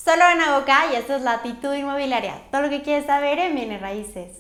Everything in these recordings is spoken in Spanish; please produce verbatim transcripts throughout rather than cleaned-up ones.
Solo Ana Boca y esto es Latitud Inmobiliaria. Todo lo que quieres saber en bienes raíces.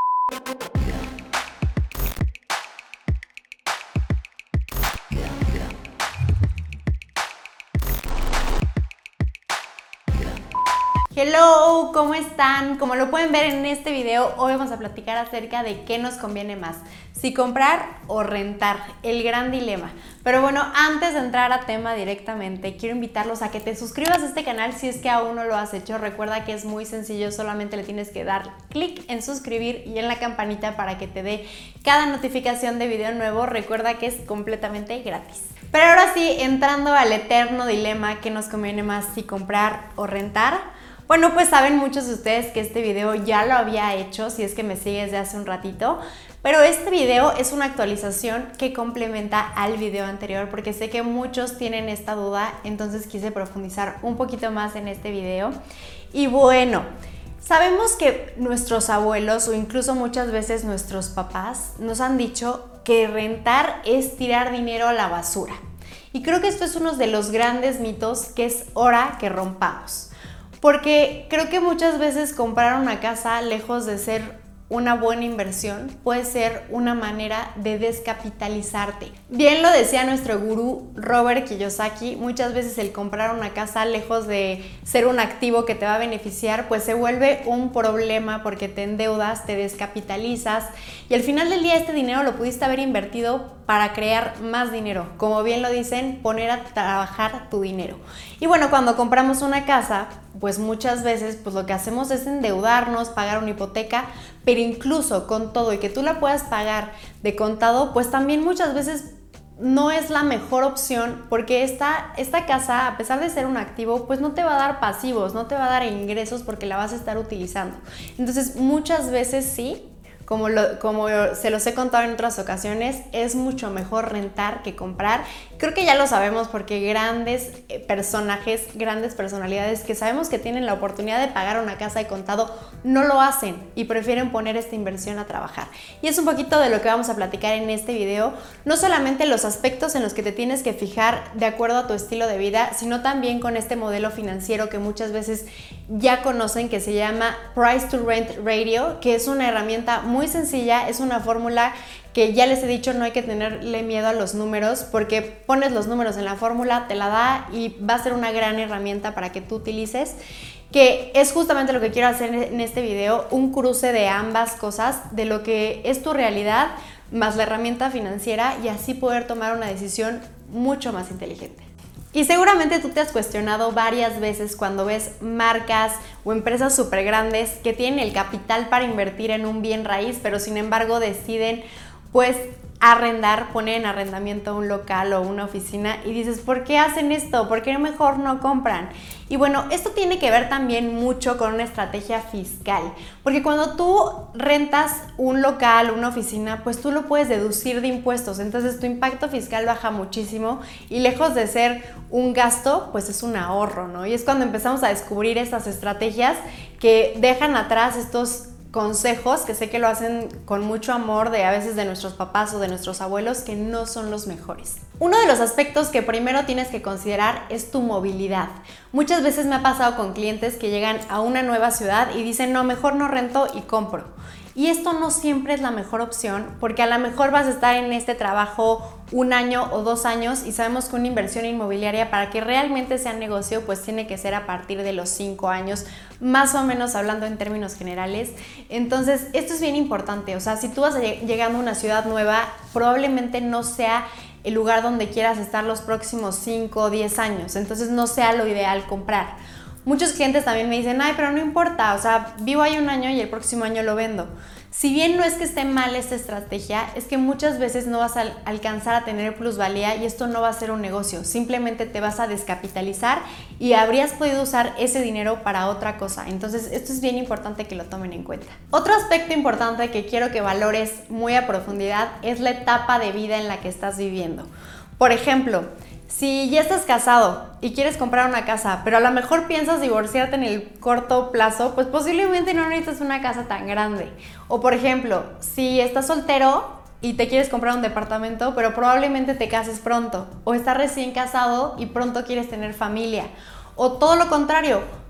Hello, ¿cómo están? Como lo pueden ver en este video, hoy vamos a platicar acerca de qué nos conviene más, si comprar o rentar, el gran dilema. Pero bueno, antes de entrar a tema directamente, quiero invitarlos a que te suscribas a este canal si es que aún no lo has hecho. Recuerda que es muy sencillo, solamente le tienes que dar clic en suscribir y en la campanita para que te dé cada notificación de video nuevo. Recuerda que es completamente gratis. Pero ahora sí, entrando al eterno dilema, ¿qué nos conviene más, si comprar o rentar? Bueno, pues saben muchos de ustedes que este video ya lo había hecho, si es que me sigues de hace un ratito, pero este video es una actualización que complementa al video anterior porque sé que muchos tienen esta duda, entonces quise profundizar un poquito más en este video. Y bueno, sabemos que nuestros abuelos o incluso muchas veces nuestros papás nos han dicho que rentar es tirar dinero a la basura. Y creo que esto es uno de los grandes mitos que es hora que rompamos. Porque creo que muchas veces comprar una casa, lejos de ser una buena inversión, puede ser una manera de descapitalizarte. Bien lo decía nuestro gurú Robert Kiyosaki, muchas veces el comprar una casa, lejos de ser un activo que te va a beneficiar, pues se vuelve un problema porque te endeudas, te descapitalizas y al final del día este dinero lo pudiste haber invertido para crear más dinero. Como bien lo dicen, poner a trabajar tu dinero. Y bueno, cuando compramos una casa, pues muchas veces pues lo que hacemos es endeudarnos, pagar una hipoteca, pero incluso con todo y que tú la puedas pagar de contado, pues también muchas veces no es la mejor opción porque esta, esta casa, a pesar de ser un activo, pues no te va a dar pasivos, no te va a dar ingresos porque la vas a estar utilizando. Entonces muchas veces sí, Como, lo, como se los he contado en otras ocasiones, es mucho mejor rentar que comprar. Creo que ya lo sabemos porque grandes personajes, grandes personalidades que sabemos que tienen la oportunidad de pagar una casa de contado, no lo hacen y prefieren poner esta inversión a trabajar. Y es un poquito de lo que vamos a platicar en este video. No solamente los aspectos en los que te tienes que fijar de acuerdo a tu estilo de vida, sino también con este modelo financiero que muchas veces ya conocen, que se llama Price to Rent Ratio, que es una herramienta muy muy sencilla, es una fórmula que ya les he dicho, no hay que tenerle miedo a los números porque pones los números en la fórmula, te la da y va a ser una gran herramienta para que tú utilices, que es justamente lo que quiero hacer en este video, un cruce de ambas cosas, de lo que es tu realidad más la herramienta financiera y así poder tomar una decisión mucho más inteligente. Y seguramente tú te has cuestionado varias veces cuando ves marcas o empresas súper grandes que tienen el capital para invertir en un bien raíz, pero sin embargo deciden pues arrendar, poner en arrendamiento un local o una oficina y dices, ¿por qué hacen esto? ¿Por qué mejor no compran? Y bueno, esto tiene que ver también mucho con una estrategia fiscal, porque cuando tú rentas un local, una oficina, pues tú lo puedes deducir de impuestos, entonces tu impacto fiscal baja muchísimo y lejos de ser un gasto, pues es un ahorro, ¿no? Y es cuando empezamos a descubrir estas estrategias que dejan atrás estos consejos que sé que lo hacen con mucho amor de a veces de nuestros papás o de nuestros abuelos que no son los mejores. Uno de los aspectos que primero tienes que considerar es tu movilidad. Muchas veces me ha pasado con clientes que llegan a una nueva ciudad y dicen, no, mejor no rento y compro. Y esto no siempre es la mejor opción porque a lo mejor vas a estar en este trabajo un año o dos años y sabemos que una inversión inmobiliaria para que realmente sea negocio pues tiene que ser a partir de los cinco años, más o menos hablando en términos generales. Entonces esto es bien importante, o sea, si tú vas llegando a una ciudad nueva probablemente no sea el lugar donde quieras estar los próximos cinco o diez años, entonces no sea lo ideal comprar. Muchos clientes también me dicen, ay, pero no importa, o sea, vivo ahí un año y el próximo año lo vendo. Si bien no es que esté mal esta estrategia, es que muchas veces no vas a alcanzar a tener plusvalía y esto no va a ser un negocio, simplemente te vas a descapitalizar y habrías podido usar ese dinero para otra cosa. Entonces, esto es bien importante que lo tomen en cuenta. Otro aspecto importante que quiero que valores muy a profundidad es la etapa de vida en la que estás viviendo. Por ejemplo, si ya estás casado y quieres comprar una casa, pero a lo mejor piensas divorciarte en el corto plazo, pues posiblemente no necesitas una casa tan grande. O por ejemplo, si estás soltero y te quieres comprar un departamento, pero probablemente te cases pronto. O estás recién casado y pronto quieres tener familia. O todo lo contrario,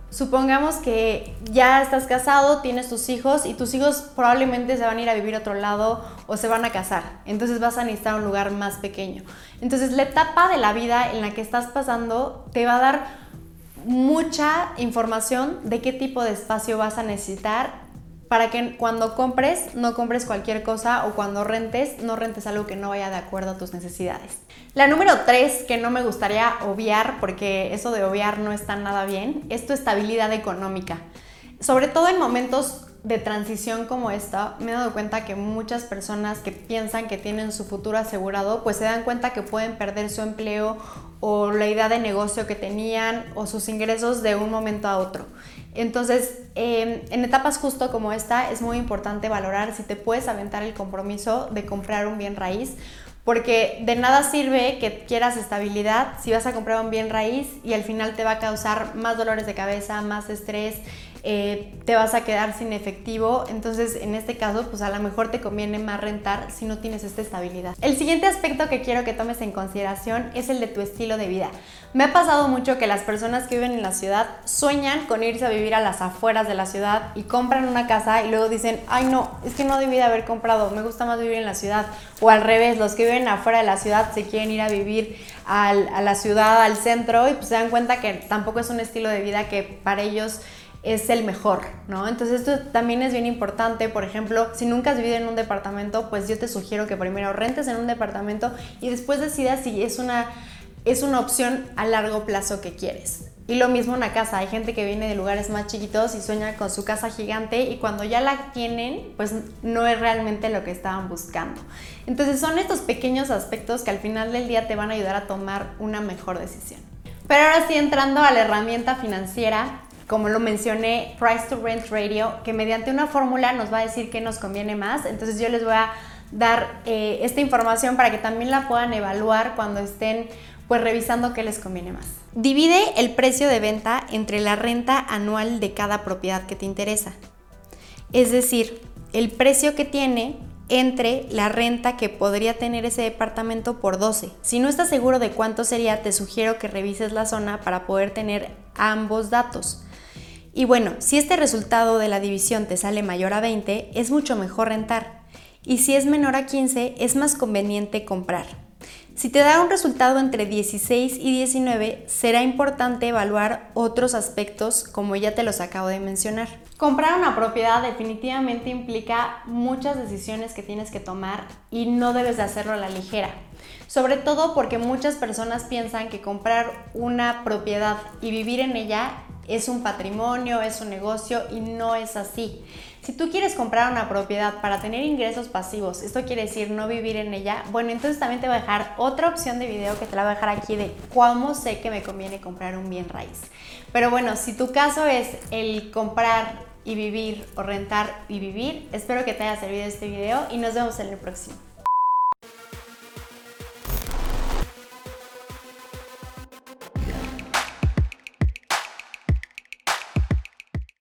supongamos que ya estás casado, tienes tus hijos y tus hijos probablemente se van a ir a vivir a otro lado o se van a casar. Entonces vas a necesitar un lugar más pequeño. Entonces la etapa de la vida en la que estás pasando te va a dar mucha información de qué tipo de espacio vas a necesitar para que cuando compres, no compres cualquier cosa o cuando rentes, no rentes algo que no vaya de acuerdo a tus necesidades. La número tres, que no me gustaría obviar, porque eso de obviar no está nada bien, es tu estabilidad económica. Sobre todo en momentos de transición como esta, me he dado cuenta que muchas personas que piensan que tienen su futuro asegurado, pues se dan cuenta que pueden perder su empleo o la idea de negocio que tenían o sus ingresos de un momento a otro. Entonces, eh, en etapas justo como esta, es muy importante valorar si te puedes aventar el compromiso de comprar un bien raíz, porque de nada sirve que quieras estabilidad si vas a comprar un bien raíz y al final te va a causar más dolores de cabeza, más estrés, eh, te vas a quedar sin efectivo. Entonces, en este caso, pues a lo mejor te conviene más rentar si no tienes esta estabilidad. El siguiente aspecto que quiero que tomes en consideración es el de tu estilo de vida. Me ha pasado mucho que las personas que viven en la ciudad sueñan con irse a vivir a las afueras de la ciudad y compran una casa y luego dicen, ay no, es que no debí de haber comprado, me gusta más vivir en la ciudad. O al revés, los que viven afuera de la ciudad se quieren ir a vivir al, a la ciudad, al centro, y pues se dan cuenta que tampoco es un estilo de vida que para ellos es el mejor, ¿no? Entonces esto también es bien importante. Por ejemplo, si nunca has vivido en un departamento, pues yo te sugiero que primero rentes en un departamento y después decidas si es una, es una opción a largo plazo que quieres. Y lo mismo una casa. Hay gente que viene de lugares más chiquitos y sueña con su casa gigante y cuando ya la tienen, pues no es realmente lo que estaban buscando. Entonces son estos pequeños aspectos que al final del día te van a ayudar a tomar una mejor decisión. Pero ahora sí, entrando a la herramienta financiera, como lo mencioné, Price to Rent Radio, que mediante una fórmula nos va a decir qué nos conviene más. Entonces yo les voy a dar eh, esta información para que también la puedan evaluar cuando estén pues revisando qué les conviene más. Divide el precio de venta entre la renta anual de cada propiedad que te interesa. Es decir, el precio que tiene entre la renta que podría tener ese departamento por doce. Si no estás seguro de cuánto sería, te sugiero que revises la zona para poder tener ambos datos. Y bueno, si este resultado de la división te sale mayor a veinte, es mucho mejor rentar. Y si es menor a quince, es más conveniente comprar. Si te da un resultado entre dieciséis y diecinueve, será importante evaluar otros aspectos como ya te los acabo de mencionar. Comprar una propiedad definitivamente implica muchas decisiones que tienes que tomar y no debes de hacerlo a la ligera. Sobre todo porque muchas personas piensan que comprar una propiedad y vivir en ella es un patrimonio, es un negocio y no es así. Si tú quieres comprar una propiedad para tener ingresos pasivos, esto quiere decir no vivir en ella, bueno, entonces también te voy a dejar otra opción de video que te la voy a dejar aquí de cómo sé que me conviene comprar un bien raíz. Pero bueno, si tu caso es el comprar y vivir o rentar y vivir, espero que te haya servido este video y nos vemos en el próximo.